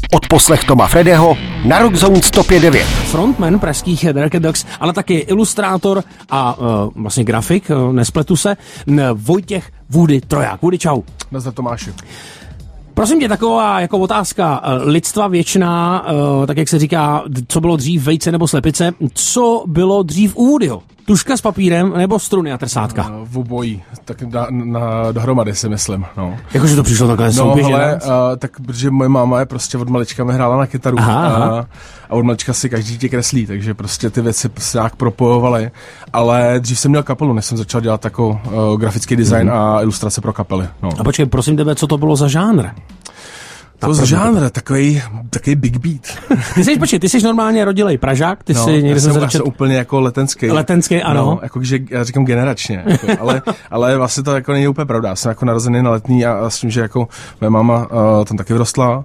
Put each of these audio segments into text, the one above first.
Odposlech Toma Fredeho na Rock Zone 105.9. Frontman pražských Drag Dogs, ale taky ilustrátor a vlastně grafik, nespletu se, Vojtěch Woody Troják. Woody, čau. Nazdar Tomáši. Prosím tě, taková jako otázka lidstva věčná, tak jak se říká, co bylo dřív, vejce nebo slepice, co bylo dřív u Woodyho? Tužka s papírem nebo struny a trsátka? V obojí, tak dohromady si myslím, no. Jakože to přišlo takhle souběžně? No hele, tak protože moje máma je prostě od malička mi hrála na kytaru a od malička si každý dítě kreslí, takže prostě ty věci se nějak propojovaly, ale dřív jsem měl kapelu, než jsem začal dělat takový grafický design a ilustrace pro kapely, no. A počkej, prosím tebe, co to bylo za žánr? To z žánr, takový big beat. Ty jsi normálně rodilej Pražák, ty jsi někde jsem úplně jako letenský. Letenský, ano. No, jako, že já říkám generačně, jako, ale vlastně to jako není úplně pravda. Jsem jako narozený na Letný a s tím, že jako moje máma tam taky vyrostla.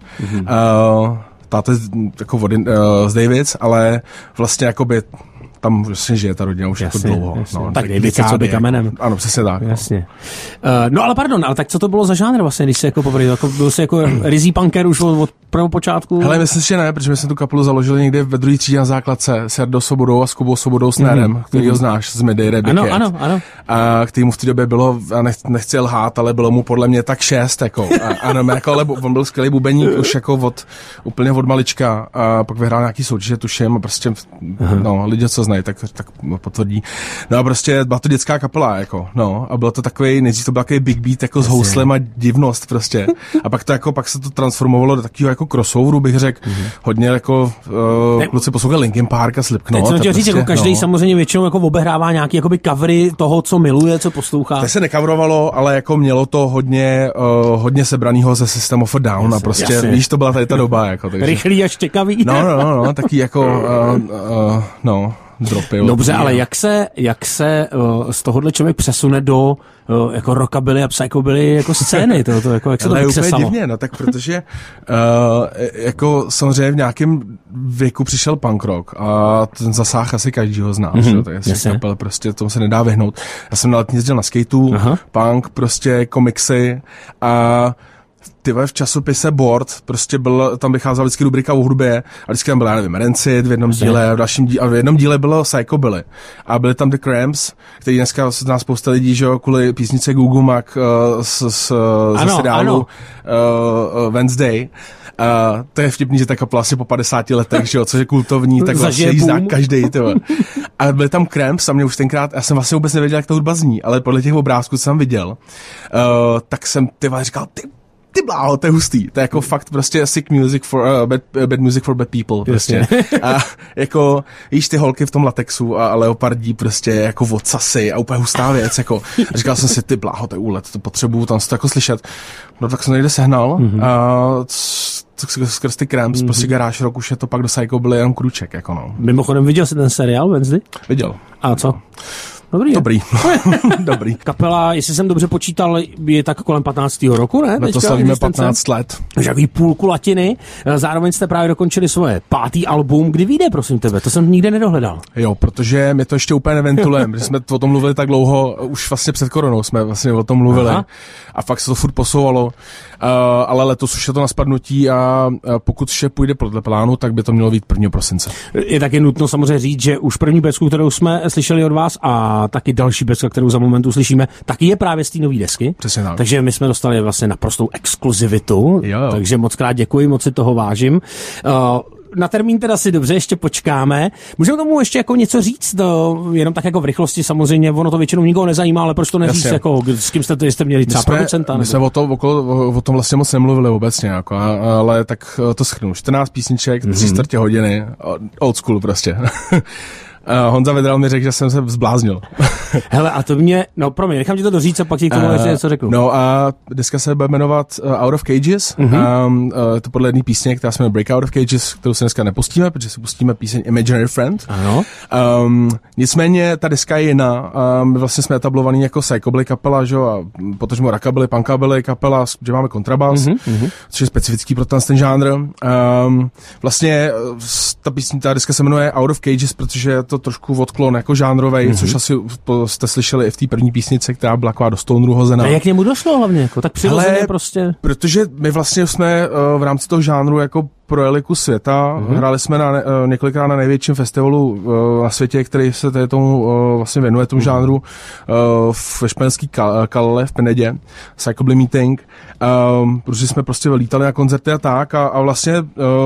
Táta jako z Davids, ale vlastně jakoby tam vlastně žije ta rodina už jasně, jako dlouho. Jasně. No, tak Davids co by kamenem. Ano, přesně tak. Jasně. No ale pardon, ale tak co to bylo za žánr vlastně, když jsi jako poprvé, jako byl jsi jako rizí punker už od prvního počátku? Hele, myslím, že ne, protože my jsme tu kapelu založili někde ve druhé třídě na základce s Jardou Svobodou a s Kubou Svobodou s Nérem, který ho znáš z Midday Rebecca. Ano. A který mu v té době bylo, já nechci lhát, ale bylo mu podle mě tak 6, jako. Ano, jako, ale on byl skvělý bubeník už jako úplně od malička a pak vyhrál nějaký soutěže, tuším, a prostě, no, lidi, co znají, tak potvrdí. No a prostě byla to dětská kapela, jako, no, a bylo to takový, nejdřív to byl takový big beat, jako s houslem a divnost, prostě. A pak se to transformovalo do takového jako crossoveru, bych řekl, hodně jako kluci poslouchali Linkin Park a Slipknot. Teď jsem říct, jako každý samozřejmě většinou jako obehrává nějaký jakoby covery toho, co miluje, co poslouchá. To se nekavrovalo, ale jako mělo to hodně sebranýho ze System of a Down a prostě, víš, to byla tady ta doba, jako. Takže. Rychlý a štěkavý. No, taky jako, dropy. Dobře, ale jak se z tohohle člověk přesune do jako rockabilly a psychobilly jako scény, to jako jak se to vykřesalo? Ale je úplně divně, no tak protože jako samozřejmě v nějakém věku přišel punk rock a ten zasáh asi každýho z nás, takže kapel prostě tomu se nedá vyhnout. Já jsem na Letní jezdil na skateu, punk, prostě komiksy a v časopise Board prostě tam vycházela vždycky rubrika o hudbě a vždycky tam byla, já nevím, Rancid v jednom díle a v jednom díle bylo Psychobilly a byly tam The Cramps, který dneska zná spousta lidí, že jo, kvůli písnice Gugu Mac z seriálu Wednesday. To je vtipný, že ta kapela asi po 50 letech, že jo, což je kultovní, tak vlastně jí zná každej, tyhle. A byly tam Cramps a mě už tenkrát, já jsem vlastně vůbec nevěděl, jak ta hudba zní, ale podle těch obrázků, co jsem viděl, tak jsem říkal, ty bláho, to je hustý. To je jako fakt prostě sick music for bad music for bad people prostě. A jako víš ty holky v tom latexu a leopardí prostě jako odsasy a úplně hustá věc jako. A říkal jsem si, ty bláho, to je úlet, to potřebuju tam to jako slyšet. No tak jsem někde sehnal a skrz ty Cramps, prostě Garage Rock už je to pak do Psychobilly jenom kruček jako no. Mimochodem viděl jsi ten seriál Wednesday? Viděl. A co? Dobrý. Kapela, jestli jsem dobře počítal, je tak kolem 15. roku, ne? Na to slavíme 15 let. Takový půlku latiny. Zároveň jste právě dokončili svoje 5. album. Kdy vyjde, prosím tebe? To jsem nikde nedohledal. Jo, protože my to ještě úplně neventilujeme, protože jsme o tom mluvili tak dlouho, už vlastně před koronou jsme vlastně o tom mluvili. Aha. A fakt se to furt posouvalo. Ale letos už je to na spadnutí a pokud vše půjde podle plánu, tak by to mělo být 1. prosince. Je taky nutno samozřejmě říct, že už první pecku, kterou jsme slyšeli od vás a taky další pecka, kterou za moment uslyšíme, taky je právě z té nový desky. Přesně tak. Takže my jsme dostali vlastně naprostou exkluzivitu. Jo. Takže moc krát děkuji, moc si toho vážím. Na termín teda si dobře ještě počkáme. Můžeme tomu ještě jako něco říct, jenom tak jako v rychlosti samozřejmě, ono to většinou nikoho nezajímá, ale proč to neříct, jako, s kým jste měli třeba producenta? My jsme o tom vlastně moc nemluvili obecně, jako, ale tak to shrnu. 14 písniček, 3/4 hodiny, old school prostě. Honza Vedral mi řekl, že jsem se zbláznil. Hele, a to mě, no promiň, nechám ti to doříct a pak ti k tomu ještě něco řeknu. No a dneska se bude jmenovat Out of Cages, to podle jedné písně, která se jmenuje Break Out of Cages, kterou se dneska nepustíme, protože si pustíme píseň Imaginary Friend. Ano. Nicméně ta deska je jiná, my vlastně jsme etablovaný jako psychobilly kapela, že? A potažmo rockabilly, punkabilly kapela, že máme kontrabas, což je specifický pro ten žánr. Vlastně ta deska se jmenuje Out of Cages, protože to trošku odklon jako žánrovej, což asi jste slyšeli i v té první písnice, která byla taková do stoneru hozená. A jak k němu došlo hlavně? Jako, tak přirozeně prostě. Protože my vlastně jsme v rámci toho žánru jako projeli kus světa, hráli jsme několikrát na největším festivalu na světě, který se tomu vlastně věnuje tomu žánru ve španělský Calais v Penedě, Psychobly Meeting, protože jsme prostě lítali na koncerty a tak a vlastně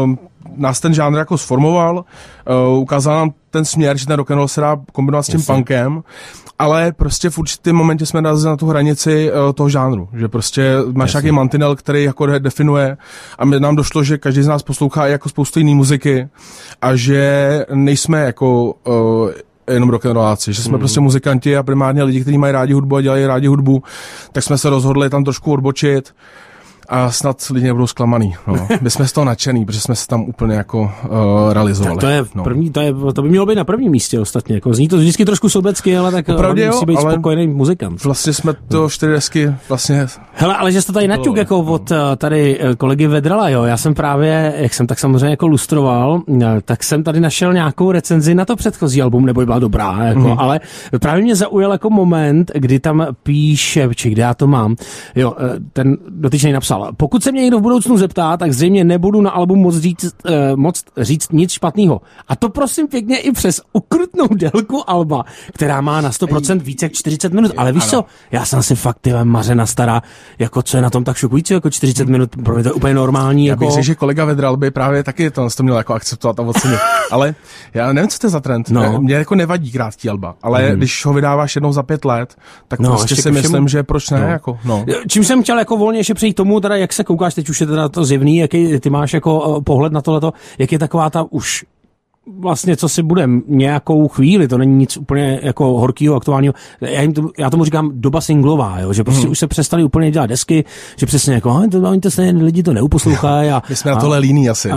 nás ten žánr jako sformoval, ukázal nám ten směr, že ten rock'n'roll se dá kombinovat s tím punkem, ale prostě v určitém momentě jsme narazili na tu hranici toho žánru, že prostě máš nějaký mantinel, který jako definuje a nám došlo, že každý z nás poslouchá jako spoustu jiný muziky a že nejsme jako jenom rock'n'rolláci, že jsme prostě muzikanti a primárně lidi, kteří mají rádi hudbu a dělají rádi hudbu, tak jsme se rozhodli tam trošku odbočit a snad lidi nebudou zklamaný. No. My jsme z toho nadšený, protože jsme se tam úplně jako realizovali. Tak to je první, to by mělo být na prvním místě ostatně. Jako, zní to vždycky trošku sobecky, ale tak musí být spokojený muzikant. Vlastně jsme to 4 desky vlastně... Hele, ale že jsi to tady naťuk jako od tady kolegy Vedrala, jo. Já jsem právě, jak jsem tak samozřejmě jako lustroval, tak jsem tady našel nějakou recenzi na to předchozí album, nebo byla dobrá, jako, ale právě mě zaujal jako moment, kdy tam píše, či kde já to mám, jo, ten dotyčný napsal: pokud se mě někdo v budoucnu zeptá, tak zřejmě nebudu na album moc říct nic špatného. A to prosím pěkně i přes ukrutnou délku alba, která má na 100% více jak 40 minut. Ale víš co, já jsem si fakt mařena stará, jako co je na tom tak šokující, jako 40 minut, pro mě to je úplně normální. Já bych řekl, že kolega Vedral by právě taky to měl jako akceptovat a ocenit. Ale já nevím, co to je za trend. No. Mě jako nevadí krátký alba, ale když ho vydáváš jednou za 5 let, tak prostě si myslím, že proč ne. Jako, Čím jsem chtěl jako volně ještě přejít tomu, teda jak se koukáš, teď už je teda to zjevný, jaký ty máš jako pohled na tohleto, jak je taková ta už vlastně, co si budem nějakou chvíli, to není nic úplně jako horkýho, aktuálního. Já tomu říkám doba singlová, jo, že prostě už se přestali úplně dělat desky, že přesně jako, lidi to neuposlouchají. My jsme na tohle líní asi.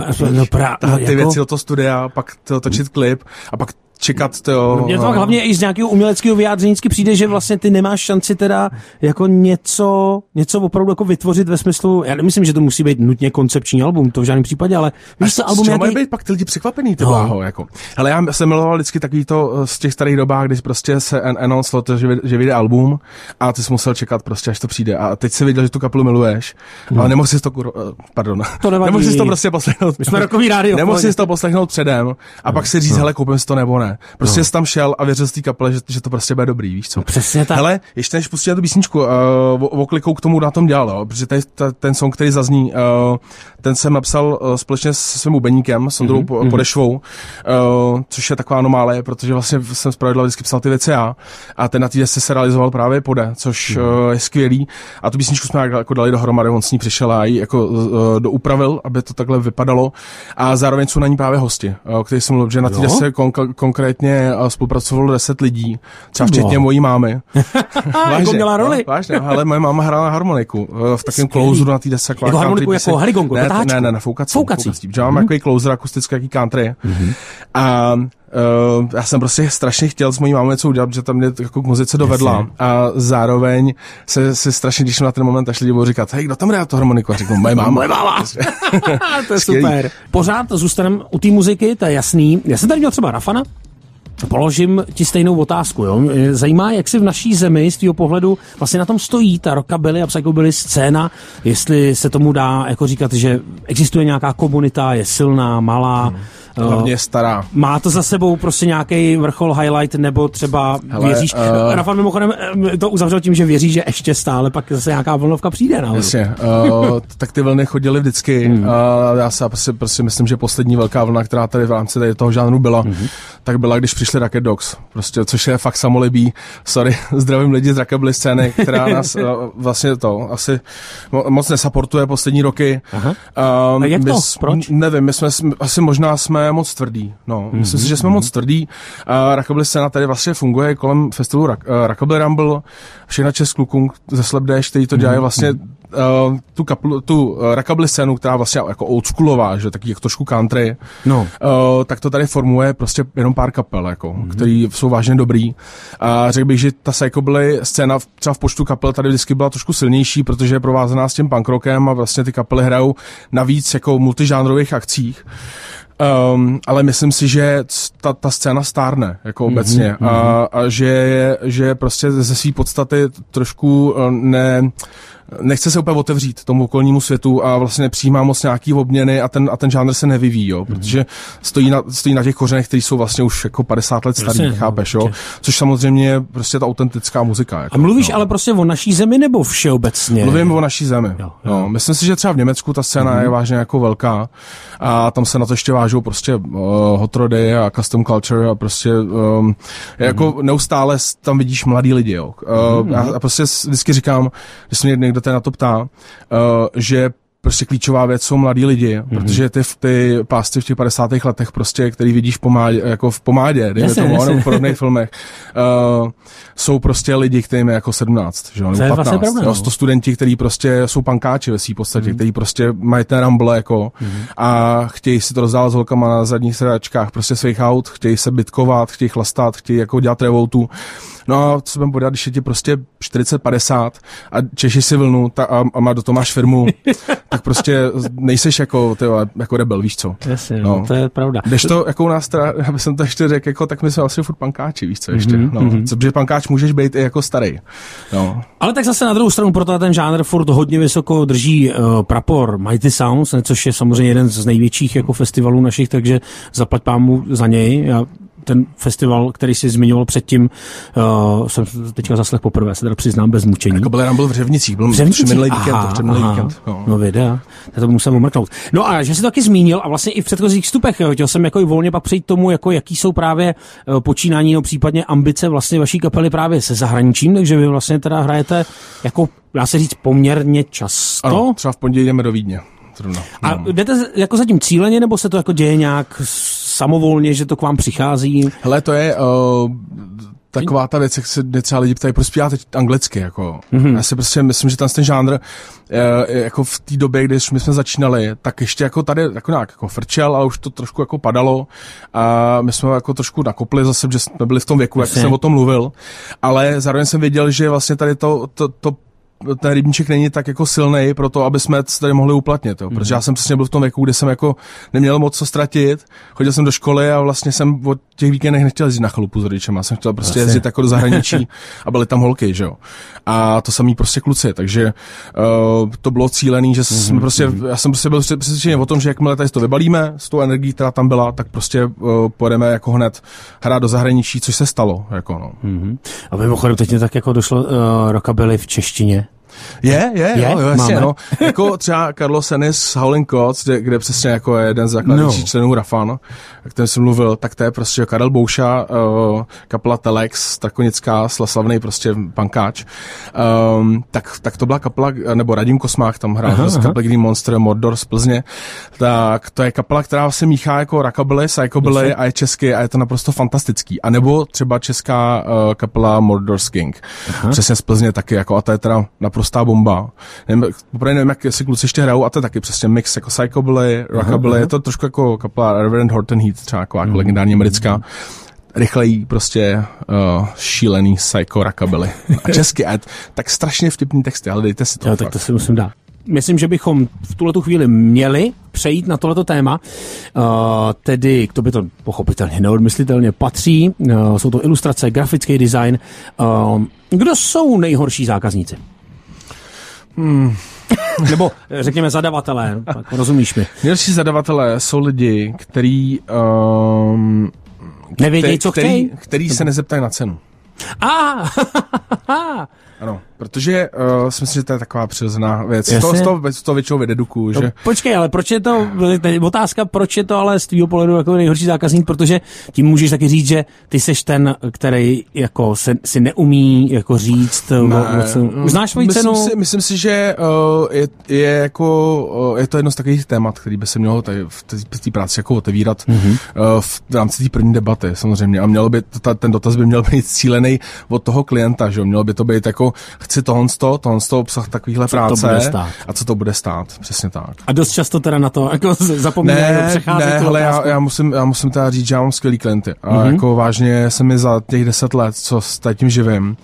Ty věci do toho studia, pak to točit klip a pak čekat to. Mně to hlavně i z nějakého uměleckého vyjádření přijde, že vlastně ty nemáš šanci teda jako něco opravdu jako vytvořit ve smyslu, já nemyslím, že to musí být nutně koncepční album, to v žádném případě, ale víš co, album mají být pak ty lidi překvapený, ty bláho, jako. Hele, já jsem miloval vždycky takový to z těch starých dobách, kdy prostě se announcelo to, že vyjde album a ty jsi musel čekat prostě, až to přijde. A teď si viděl, že tu kapelu miluješ, ale nemohl si to nemohl si to prostě poslechnout. My jsme rokový rádio. Nemohl si to poslechnout předem a pak si říct, hele, koupím si to nebo ne. Prostě jsi tam šel a věřil z té kapele, že to prostě bude dobrý, víš co? No, přesně tak. Hele, ještě než pustíme tu písničku, oklikou k tomu na tom dělal, jo, protože ten song, který zazní, ten jsem napsal společně se svým bubeníkem, s Ondrou Podešvou, což je taková anomálie, protože vlastně jsem zpravidla vždycky psal ty věci já a ten na té desce se realizoval právě Pode, což je skvělý a tu písničku jsme jako dali dohromady, on s ní přišel a ji jako doupravil, aby to takhle vypadalo a zároveň jsou na ní právě hosti, kteří jsem mluvil, že na té desce konkrétně spolupracovalo 10 lidí, třeba včetně mojí mámy. Vážně, měla roli? Vážně, ale moje máma hrála na harmoniku v takovém clouseru na té desce. Jako harmoniku jako heligongu, ne, na foukací. Protože mám takový closer akustický, jaký country. A já jsem prostě strašně chtěl s mojí mámou něco udělat, protože tam mě jako k muzice dovedla a zároveň se strašně těším na ten moment, až lidi budou říkat, hej, kdo tam hraje tu harmoniku? A řeknu, moje máma. To je super. Pořád zůstaneme u té muziky, to je jasný. Já jsem tady měl třeba Rafana, položím ti stejnou otázku. Jo? Zajímá, jak si v naší zemi z tvýho pohledu vlastně na tom stojí ta rockabilly a psychobilly scéna, jestli se tomu dá jako říkat, že existuje nějaká komunita, je silná, malá, hlavně stará. Má to za sebou prostě nějaký vrchol, highlight, nebo třeba věříš? Rafan mimochodem to uzavřel tím, že věří, že ještě stále pak zase nějaká vlnovka přijde. Jasně, tak ty vlny chodily vždycky. Já si prostě myslím, že poslední velká vlna, která tady v rámci toho žánru byla, tak byla, když přišli Racket Dogs, prostě, což je fakt samolibý. Sorry, zdravím lidi z rockabilly scény, která nás vlastně to asi moc nesupportuje poslední roky. A jak to? Proč? Nevím, my jsme asi možná jsme moc tvrdý. Myslím si, že jsme moc tvrdý. Rockabilly scéna tady vlastně funguje kolem festivalu Rockabilly Rumble, všechna čest klukům ze Slapdash, který to dělají vlastně tu rockabilly scénu, která vlastně jako oldschoolová, že taky jako trošku country, tak to tady formuje prostě jenom pár kapel, jako, který jsou vážně dobrý. A řekl bych, že ta psychobilly scéna třeba v počtu kapel tady vždycky byla trošku silnější, protože je provázaná s tím punk rockem a vlastně ty kapely hrajou navíc jako multižánrových akcích. Ale myslím si, že ta scéna stárne, jako obecně, a že prostě ze své podstaty trošku nechce se úplně otevřít tomu okolnímu světu a vlastně nepřijímá moc nějaký obměny a ten žánr se nevyvíjí, jo, protože stojí na těch kořenech, které jsou vlastně už jako 50 let starý, chápeš, jo, což samozřejmě je prostě ta autentická muzika. Jako, a mluvíš ale prostě o naší zemi nebo všeobecně? Mluvím o naší zemi. Jo. Myslím si, že třeba v Německu ta scéna je vážně jako velká a tam se na to ještě vážou prostě hot rody a custom culture a prostě jako neustále tam vidíš mladý lidi, jo. Já prostě vždycky říkám, když se mě někdo na to ptá, že prostě klíčová věc jsou mladí lidi, protože ty pásty v těch 50. letech prostě, který vidíš jako v pomádě, dejme tomu, nebo v podobných filmech, jsou prostě lidi, kterým je jako 17, že, nebo 15. Pravda, jo, 100 studenti, kteří prostě jsou pankáči ve svý podstatě, kteří prostě mají ten rumble jako a chtějí si to rozdávat s holkama na zadních sedačkách prostě svých aut, chtějí se bitkovat, chtějí chlastat, chtějí jako dělat revoltu. No a co budeme podat, když je ti prostě 40-50 a češíš si vlnu a do toho máš firmu, tak prostě nejseš jako rebel, víš co. Jasně, no. To je pravda. Když to, jako u nás teda, já bych to ještě řekl, jako, tak my jsme vlastně furt pankáči, víš co ještě. Protože pankáč můžeš být i jako starý. No. Ale tak zase na druhou stranu, proto ten žánr furt hodně vysoko drží prapor Mighty Sounds, což je samozřejmě jeden z největších jako festivalů našich, takže zaplať pámu za něj. Ten festival, který jsi zmiňoval předtím, jsem teďka zaslech poprvé, se teda přiznám bez mučení. Jako byl v Řevnicích, byl minulý víkend. No videa, to musím omrknout. No a že jsi to taky zmínil a vlastně i v předchozích vstupech, chtěl jsem jako i volně pak přejít tomu, jako jaký jsou právě počínání, no případně ambice vlastně vaší kapely právě se zahraničím, takže vy vlastně teda hrajete jako, dá se říct, poměrně často. Ano, třeba v pondělí jdeme do Vídně. A jdete jako zatím cíleně, nebo se to jako děje nějak samovolně, že to k vám přichází? Hele, to je taková ta věc, jak se třeba lidi ptají, proč zpívá teď anglicky, jako. Já si prostě myslím, že ten žánr jako v té době, když my jsme začínali, tak ještě jako tady jako nějak jako frčel, ale už to trošku jako padalo a my jsme jako trošku nakopli zase, že jsme byli v tom věku, jak jsem o tom mluvil, ale zároveň jsem věděl, že vlastně tady ten rybníček není tak jako silnej pro to, aby jsme tady mohli uplatnit, jo. Protože já jsem přesně byl v tom věku, kdy jsem jako neměl moc co ztratit, chodil jsem do školy a vlastně jsem od těch víkendech nechtěl jezdit na chalupu s rodičema, jsem chtěl prostě jezdit jako do zahraničí a byly tam holky, že jo. A to samý prostě kluci, takže to bylo cílený, že jsme prostě, já jsem prostě byl přesvědčený o tom, že jakmile tady to vybalíme s tou energií, která tam byla, tak prostě pojedeme jako hned hrát do zahraničí, což se stalo, jako no. A mimochodem teď mě tak jako došlo rockabilly v češtině. Jo, jasně, no. Jako třeba Carlos Ennis, Howling Gods, kde přesně jako je jeden z základních členů Rafan, o kterém jsem mluvil, tak to je prostě Karel Bouša, kapela Telex, Strakonická, slavný prostě pankáč. Tak to byla kapela, nebo Radim Kosmák tam hrál, z kapely Green Monster, Mordor z Plzně. Tak to je kapela, která se míchá jako rockabilly, psychobilly a je český a je to naprosto fantastický. A nebo třeba česká kapela Mordor King. Přesně z Plzně taky, jako, a to je teda naprostá bomba. Nevím, jak si kluci ještě hrajou, a to je taky přesně mix jako psychobilly, rockabilly, je to trošku jako kapela Reverend Horton Heat, třeba jako legendární americká. Rychlej prostě šílený psycho rockabilly. A česky, tak strašně vtipný texty, ale dejte si to. Jo, tak to si musím dát. Myslím, že bychom v tuhletu chvíli měli přejít na tohleto téma, tedy k tobě to pochopitelně neodmyslitelně patří, jsou to ilustrace, grafický design. Kdo jsou nejhorší zákazníci? Nebo řekněme zadavatelé, rozumíš mi? Nejhorší zadavatelé jsou lidi, kteří nevědějí, co chtějí? Který se nezeptají na cenu. Ano, protože si myslím, že to je taková přirozená věc. Z toho většinou vydedukuju, že... Počkej, ale proč je to, otázka, proč je to ale z tvýho pohledu jako nejhorší zákazník, protože tím můžeš taky říct, že ty seš ten, který jako si neumí jako říct, znáš svoji cenu? Myslím si, že je to jedno z takových témat, který by se mělo tady v té práci jako otevírat v rámci té první debaty, samozřejmě. A ten dotaz by měl být cílený od toho klienta, že mělo by to být jako chci tohle obsah takovýhle práce a co to bude stát, přesně tak. A dost často teda na to jako zapomínají přecházet. Ne, hele, já musím teda říct, že já mám skvělý klienty a jako vážně se mi za těch 10 let, co s tím živím,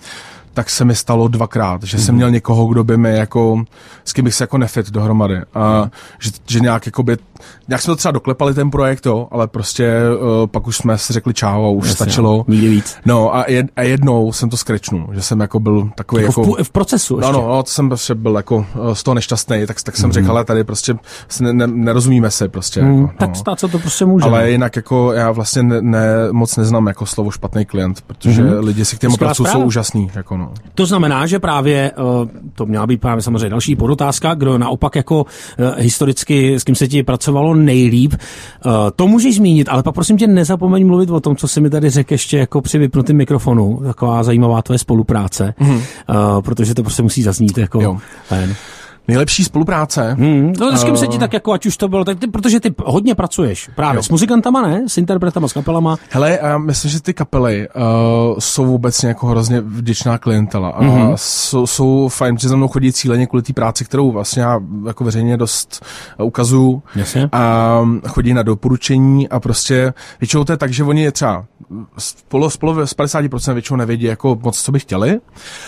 tak se mi stalo 2krát, že jsem měl někoho, kdo by mi jako, s kým bych se jako nefit dohromady. A že nějak jakoby, nějak jsme to třeba doklepali ten projekt, jo, ale prostě pak už jsme si řekli čau a už stačilo. Nikdy víc. No a jednou jsem to skrečnul, že jsem jako byl takový jako v procesu ještě. No, to jsem prostě byl jako z toho nešťastný, tak jsem řekl, ale tady prostě nerozumíme se prostě. Jako, tak stát se to prostě může. Ale jinak jako já vlastně moc neznám jako slovo špatný klient, protože lidi si k těm opravdu jsou úžasný. Jako no. To znamená, že právě to měla být právě samozřejmě další podotázka, kdo naopak jako historicky, s kým se ti pracovalo nejlíp. To můžeš zmínit, ale pak prosím tě nezapomeň mluvit o tom, co jsi mi tady řekl ještě jako při vypnutém mikrofonu. Taková zajímavá tvoje spolupráce, protože to prostě musí zaznít jako ten. Nejlepší spolupráce. No, s kým se ti tak jako, ať už to bylo, tak protože ty hodně pracuješ právě s muzikantama, ne? S interpretama, s kapelama. Hele, já myslím, že ty kapely jsou obecně jako hrozně vděčná klientela a jsou fajn, protože za mnou chodí cíleně kvůli té práci, kterou vlastně já jako veřejně dost ukazuju. Jasně. A chodí na doporučení a prostě většinou to je tak, že oni třeba spolu z 50% většinou nevědí jako moc, co by chtěli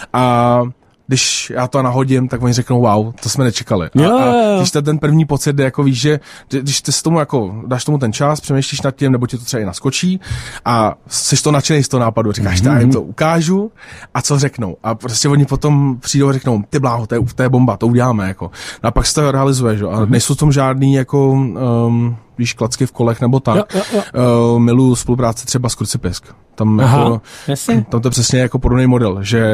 a když já to nahodím, tak oni řeknou wow, to jsme nečekali. A když ten první pocit je jako víš, že když ty tomu jako dáš tomu ten čas, přemýšlíš nad tím, nebo ti to třeba i naskočí a jsi to nadšený z toho nápadu, říkáš, já jim to ukážu a co řeknou. A prostě oni potom přijdou a řeknou, ty bláho, to je bomba, to uděláme jako. No a pak se to realizuje, že? A nejsou tam žádný jako víš, klacky v kolech nebo tak. Miluju spolupráci třeba s Krucipisk. Tam to je přesně jako podobný model, že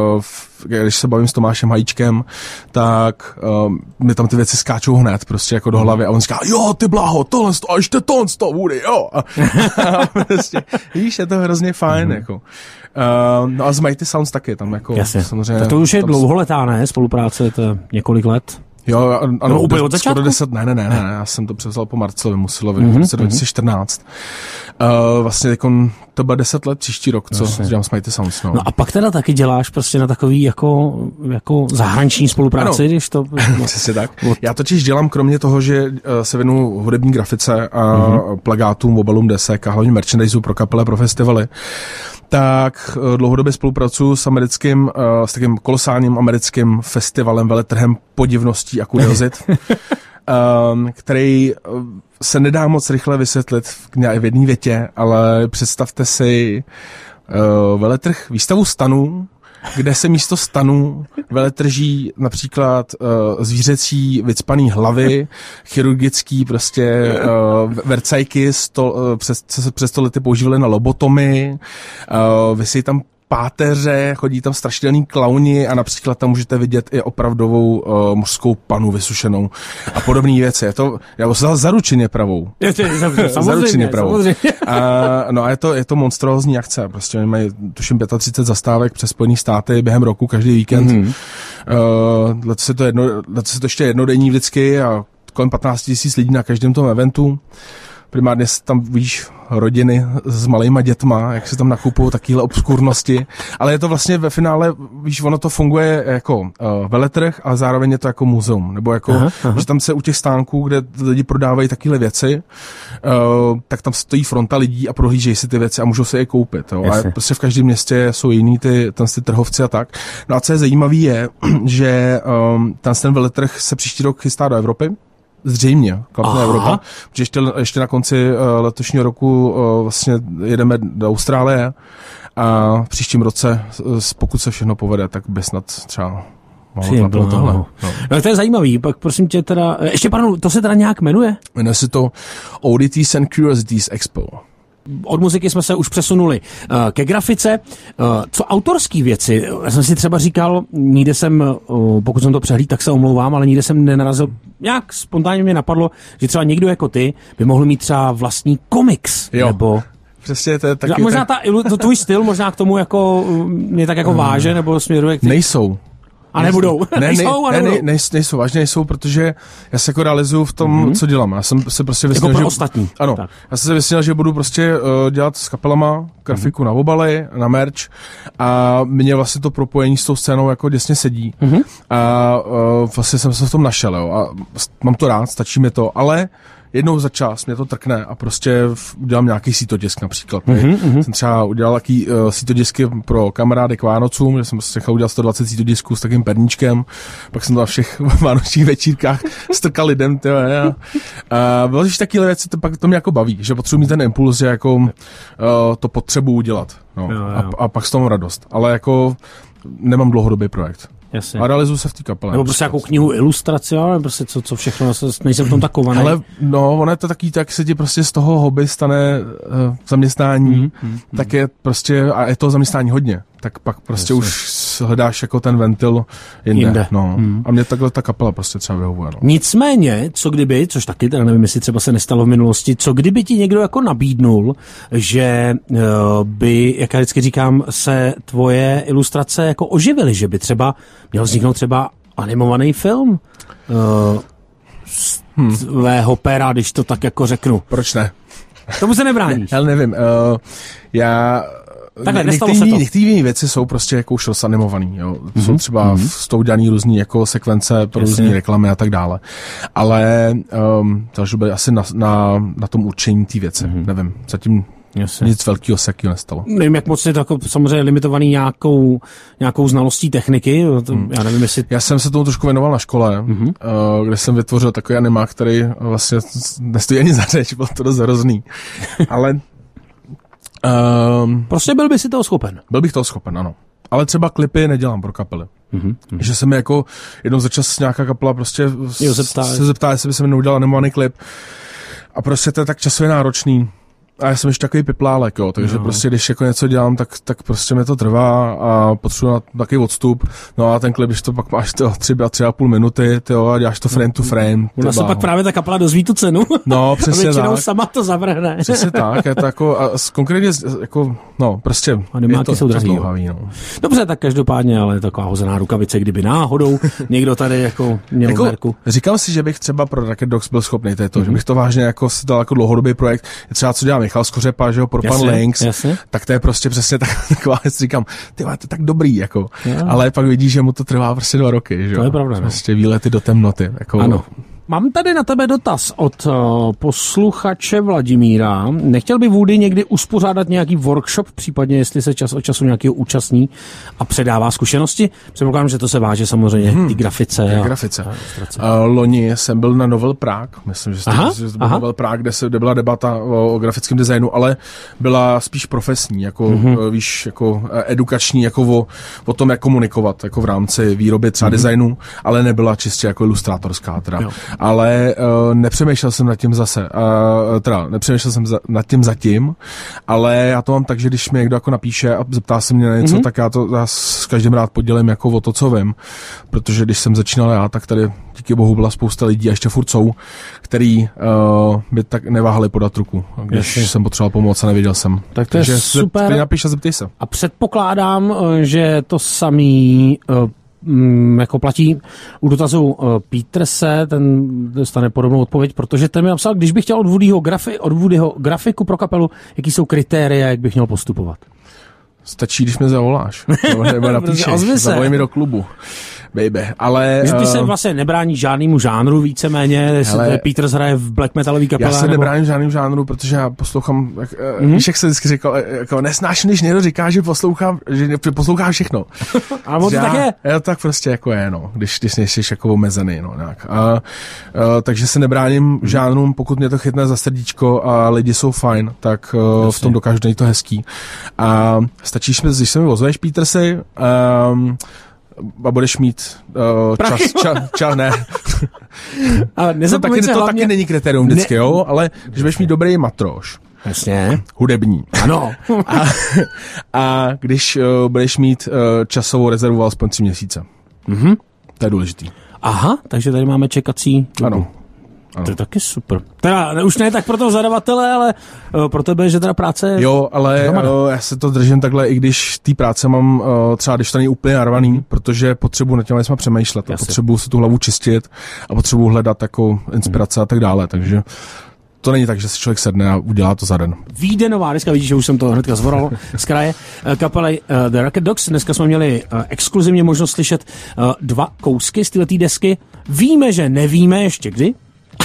když se bavím s Tomášem Hajíčkem, tak mi tam ty věci skáčou hned prostě jako do hlavy a on říká, jo, ty bláho, tohle a ještě tohle Woody, jo. A prostě, víš, je to hrozně fajn, jako. No a z Mighty Sounds taky tam jako samozřejmě. Tak to už je dlouholetá, ne? Spolupráce, to je několik let. Jo, ano, úplně od začátku? 10, ne, já jsem to převzal po Marcelovi Musilovi v roce 2014. Vlastně to bude 10 let příští rok, co dělám s Mighty Sounds. No a pak teda taky děláš prostě na takový jako zahraniční spolupráci, když to... Přesně tak. Já totiž dělám kromě toho, že se věnu hudební grafice a plakátům, obalům desek a hlavně merchandiseu pro kapele, pro festivaly, tak dlouhodobě spolupracuju s takým kolosálním americkým festivalem, veletrhem podivností a kuriozit, který se nedá moc rychle vysvětlit v jedné větě, ale představte si veletrh výstavu stanů, kde se místo stanů veletrží například zvířecí vycpaný hlavy, chirurgický prostě vercajky, přes to lety používali na lobotomy, visí tam páteře, chodí tam strašidelný klauni a například tam můžete vidět i opravdovou mužskou panu vysušenou a podobné věci. Je to zaručeně pravou. Zaručeně pravou. No a je to monstrózní akce. Prostě mají tuším 35 zastávek přes Spojené státy během roku každý víkend. Letos je to ještě jednodenní vždycky a kolem 15 000 lidí na každém tom eventu. Primárně tam víš rodiny s malejma dětma, jak se tam nakupují takovéhle obskurnosti, ale je to vlastně ve finále, víš, ono to funguje jako veletrh, ale zároveň je to jako muzeum, nebo jako, že tam se u těch stánků, kde lidi prodávají takovéhle věci, tak tam stojí fronta lidí a prohlížejí si ty věci a můžou si je koupit. Jo? A prostě v každém městě jsou jiný ty trhovci a tak. No a co je zajímavý je, že ten veletrh se příští rok chystá do Evropy, zřejmě, klapne Evropa, protože ještě na konci letošního roku vlastně jedeme do Austrálie a v příštím roce, pokud se všechno povede, tak by snad třeba mohlo klapnout tohle. No to je zajímavý, pak prosím tě teda, ještě pardon, to se teda nějak jmenuje? Jmenuje se to Oddities and Curiosities Expo. Od muziky jsme se už přesunuli ke grafice. Co autorský věci? Já jsem si třeba říkal, nikde jsem, pokud jsem to přehlídl, tak se omlouvám, ale nikde jsem nenarazil. Nějak spontánně mě napadlo, že třeba někdo jako ty by mohl mít třeba vlastní komiks. Jo. Nebo... Přesně, to je taky... Možná to tvůj styl možná k tomu jako mě tak jako váže, nebo směruje k ty... Nejsou. A nebudou. Nejsou, vážně nejsou, protože já se jako realizuju v tom, co dělám. Já jsem se prostě vysněl, jako pro ostatní. Ano, tak. Já jsem se vysněl, že budu prostě dělat s kapelama grafiku na obaly, na merch a mně vlastně to propojení s tou scénou jako děsně sedí. A vlastně jsem se v tom našel, jo. A mám to rád, stačí mi to, ale jednou za čas mě to trkne a prostě udělám nějaký sítotisk například. Jsem třeba udělal taký sítotisky pro kamarády k Vánocům, že jsem nechal udělat 120 sítotisků s takým perníčkem, pak jsem to na všech vánočních večírkách strkal lidem. Bylo takové věci, pak to mě jako baví, že potřebuji mít ten impuls, že jako to potřebuji udělat. No. A pak s tomu radost. Ale jako nemám dlouhodobý projekt. Jasně. A realizuju se v té kapele. Nebo prostě jakou knihu ilustraci, ale prostě co všechno, nejsem v tom takovaný. Ale no, ono je to taký, tak se ti prostě z toho hobby stane zaměstnání, tak je prostě, a je to zaměstnání hodně, tak pak prostě už hledáš jako ten ventil jinde. No. A mě takhle ta kapela prostě třeba vyhovuje. No. Nicméně, co kdyby, což taky, teda nevím, jestli třeba se nestalo v minulosti, co kdyby ti někdo jako nabídnul, že by, jak já vždycky říkám, se tvoje ilustrace jako oživily, že by třeba měl vzniknout třeba animovaný film z tvého péra, když to tak jako řeknu. Proč ne? Tomu se nebráníš. Já nevím, já... Takhle, nestalo se to. Některé věci jsou prostě jako už rosanimovaný, jo. Jsou třeba s tou dělaný různý jako sekvence pro různý reklamy a tak dále. Ale to by asi na tom určení té věci. Nevím, zatím nic velkého se nestalo. Nevím, jak moc je to jako samozřejmě limitovaný nějakou znalostí techniky. Já nevím, jestli... Já jsem se tomu trošku věnoval na škole, kde jsem vytvořil takový animák, který vlastně nestojí ani za řeč, byl to dost hrozný. Ale prostě byl by si toho schopen. Byl bych toho schopen, ano. Ale třeba klipy nedělám pro kapely. Že se mi jako jednou za čas nějaká kapela prostě se zeptá, jestli by se mi neudělal animovaný klip. A prostě to je tak časově náročný. A já jsem ještě takový piplálek, jo, takže prostě když jako něco dělám, tak prostě mi to trvá a potřebuji na takový odstup. No a ten klip, když to pak máš 3,5 minuty, a děláš to frame to frame. Ona se pak právě ta kapela dozví tu cenu. No, přesně tak. Většinou sama to zavrhne. Přesně tak, je to jako, a konkrétně jako, no, prostě je to zdlouhavý, no. Dobře, tak každopádně, ale je taková hozená rukavice, kdyby náhodou někdo tady jako měl jako, merku. Říkám si, že bych třeba pro Rocket Dogs byl schopný to, že bych to vážně jako si dal jako dlouhodobý projekt. Je třeba co dělá Michal Skořepa, že jo, pro Pan Links, tak to je prostě přesně taková věc, říkám, ty to je tak dobrý, jako. Ale pak vidíš, že mu to trvá prostě 2 roky, že jo. To je pravda. Prostě výlety do temnoty, jako. Ano. Mám tady na tebe dotaz od posluchače Vladimíra. Nechtěl by Woody někdy uspořádat nějaký workshop, případně jestli se čas od času nějakého účastní a předává zkušenosti? Předpokládám, že to se váže samozřejmě ty grafice. Grafice. Loni jsem byl na Novel Prague, myslím, že to byl Novel Prague, kde byla debata o grafickém designu, ale byla spíš profesní, jako víš, jako edukační, jako o tom, jak komunikovat, jako v rámci výroby třeba designu, ale nebyla čistě jako ilustrátorská teda. Jo. Ale nepřemýšlel jsem nad tím zase, nepřemýšlel jsem nad tím zatím, ale já to mám tak, že když mi někdo jako napíše a zeptá se mě na něco, tak já s každým rád podělím jako o to, co vím, protože když jsem začínal já, tak tady díky bohu byla spousta lidí a ještě furt jsou, který by tak neváhali podat ruku, když jsem potřeboval pomoct a nevěděl jsem. Tak to je super. Takže napiš a zeptej se. A předpokládám, že to samý jako platí u dotazu Peterse, ten dostane podobnou odpověď, protože ten mi napsal, když bych chtěl od Woodyho grafiku pro kapelu, jaký jsou kritéria, jak bych měl postupovat. Stačí, když mě zavoláš. Nebo napíšeš, zavolej mi do klubu. Baby, ale... Že ty se vlastně nebrání žádnému žánru víceméně, jestli Peters hraje v black metalový kapele. Já se nebráním žádným žánru, protože já poslouchám, víš, jak se vždycky říkal, jako nesnáším, když někdo říká, že poslouchá všechno. Ale to tak je. Já tak prostě jako je, no, když nejsi jako omezený, no, nějak. Takže se nebráním žánrům, pokud mě to chytne za srdíčko a lidi jsou fajn, tak v tom dokážu najít to hezký. A stačíš mi, když se mi ozveš, Petersy, a budeš mít čas, ne. Ale to taky není kritérium vždycky, jo, ale když budeš mít dobrý matroš. Jasně. Hudební. Ano. a když budeš mít časovou rezervu alespoň 3 měsíce. To je důležitý. Aha, takže tady máme čekací dobu. Ano. To je taky super. Teda už ne tak pro toho zadavatele, ale pro tebe, že teda práce... Jo, ale já se to držím takhle, i když té práce mám třeba, když to není úplně narvaný, protože potřebuji nad těma věcma přemýšlet a potřebuji si tu hlavu čistit a potřebuji hledat jako inspirace a tak dále, takže to není tak, že si člověk sedne a udělá to za den. Vyjde nová deska, vidíš, že už jsem to hnedka zvoral z kraje. Kapely The Rocket Dogs. Dneska jsme měli exkluzivně možnost slyšet 2 kousky z této desky. Víme, že nevíme ještě kdy.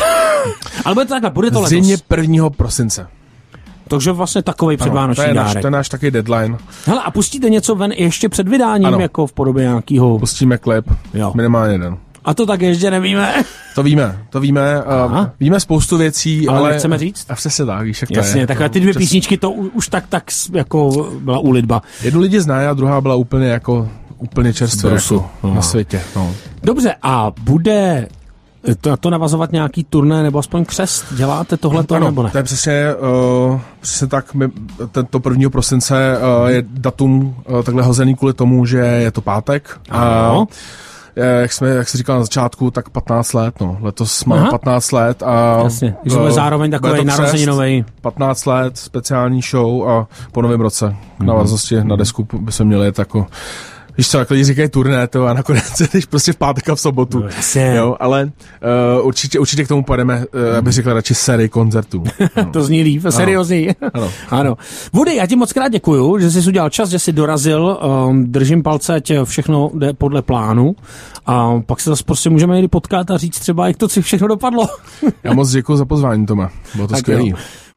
Ale bude to takhle, bude to letos. Zřejmě 1. prosince. Takže vlastně takovej předvánoční dárek. To je náš takový deadline. Hele, a pustíte něco ven ještě před vydáním, ano. jako v podobě nějakého... Pustíme klip, minimálně jeden. A to tak ještě nevíme. To víme. Víme spoustu věcí, ale nechceme říct? A přesně tak, víš, jak to jasně, je. takové ty 2 písničky, to už tak jako byla úlitba. Jednu lidi zná a druhá byla úplně čerstvá jako na světě. No. Dobře, a bude to navazovat nějaký turné nebo aspoň křest? Děláte tohleto nebo ne? To je přesně tak. Tento 1. prosince je datum takhle hozený kvůli tomu, že je to pátek. Ano. Jak jsi říkal na začátku, tak 15 let, no. Letos mám 15 let a... Jasně, že bude zároveň takovej narozeninovej. 15 let, speciální show a po novém roce na vázanosti na desku by se měli jet jako... Víš co, jak lidi říkají turné, to a nakonec jdeš prostě v pátek a v sobotu. Jo, ale určitě k tomu pojedeme, abych řekl radši sérii koncertů. To zní líp, seriózní. Ano. Woody, já ti moc krát děkuju, že jsi udělal čas, že jsi dorazil, držím palce, ať všechno jde podle plánu a pak se zase prostě můžeme jít potkat a říct třeba, jak to všechno dopadlo. Já moc děkuju za pozvání, Tome, bylo to skvělý.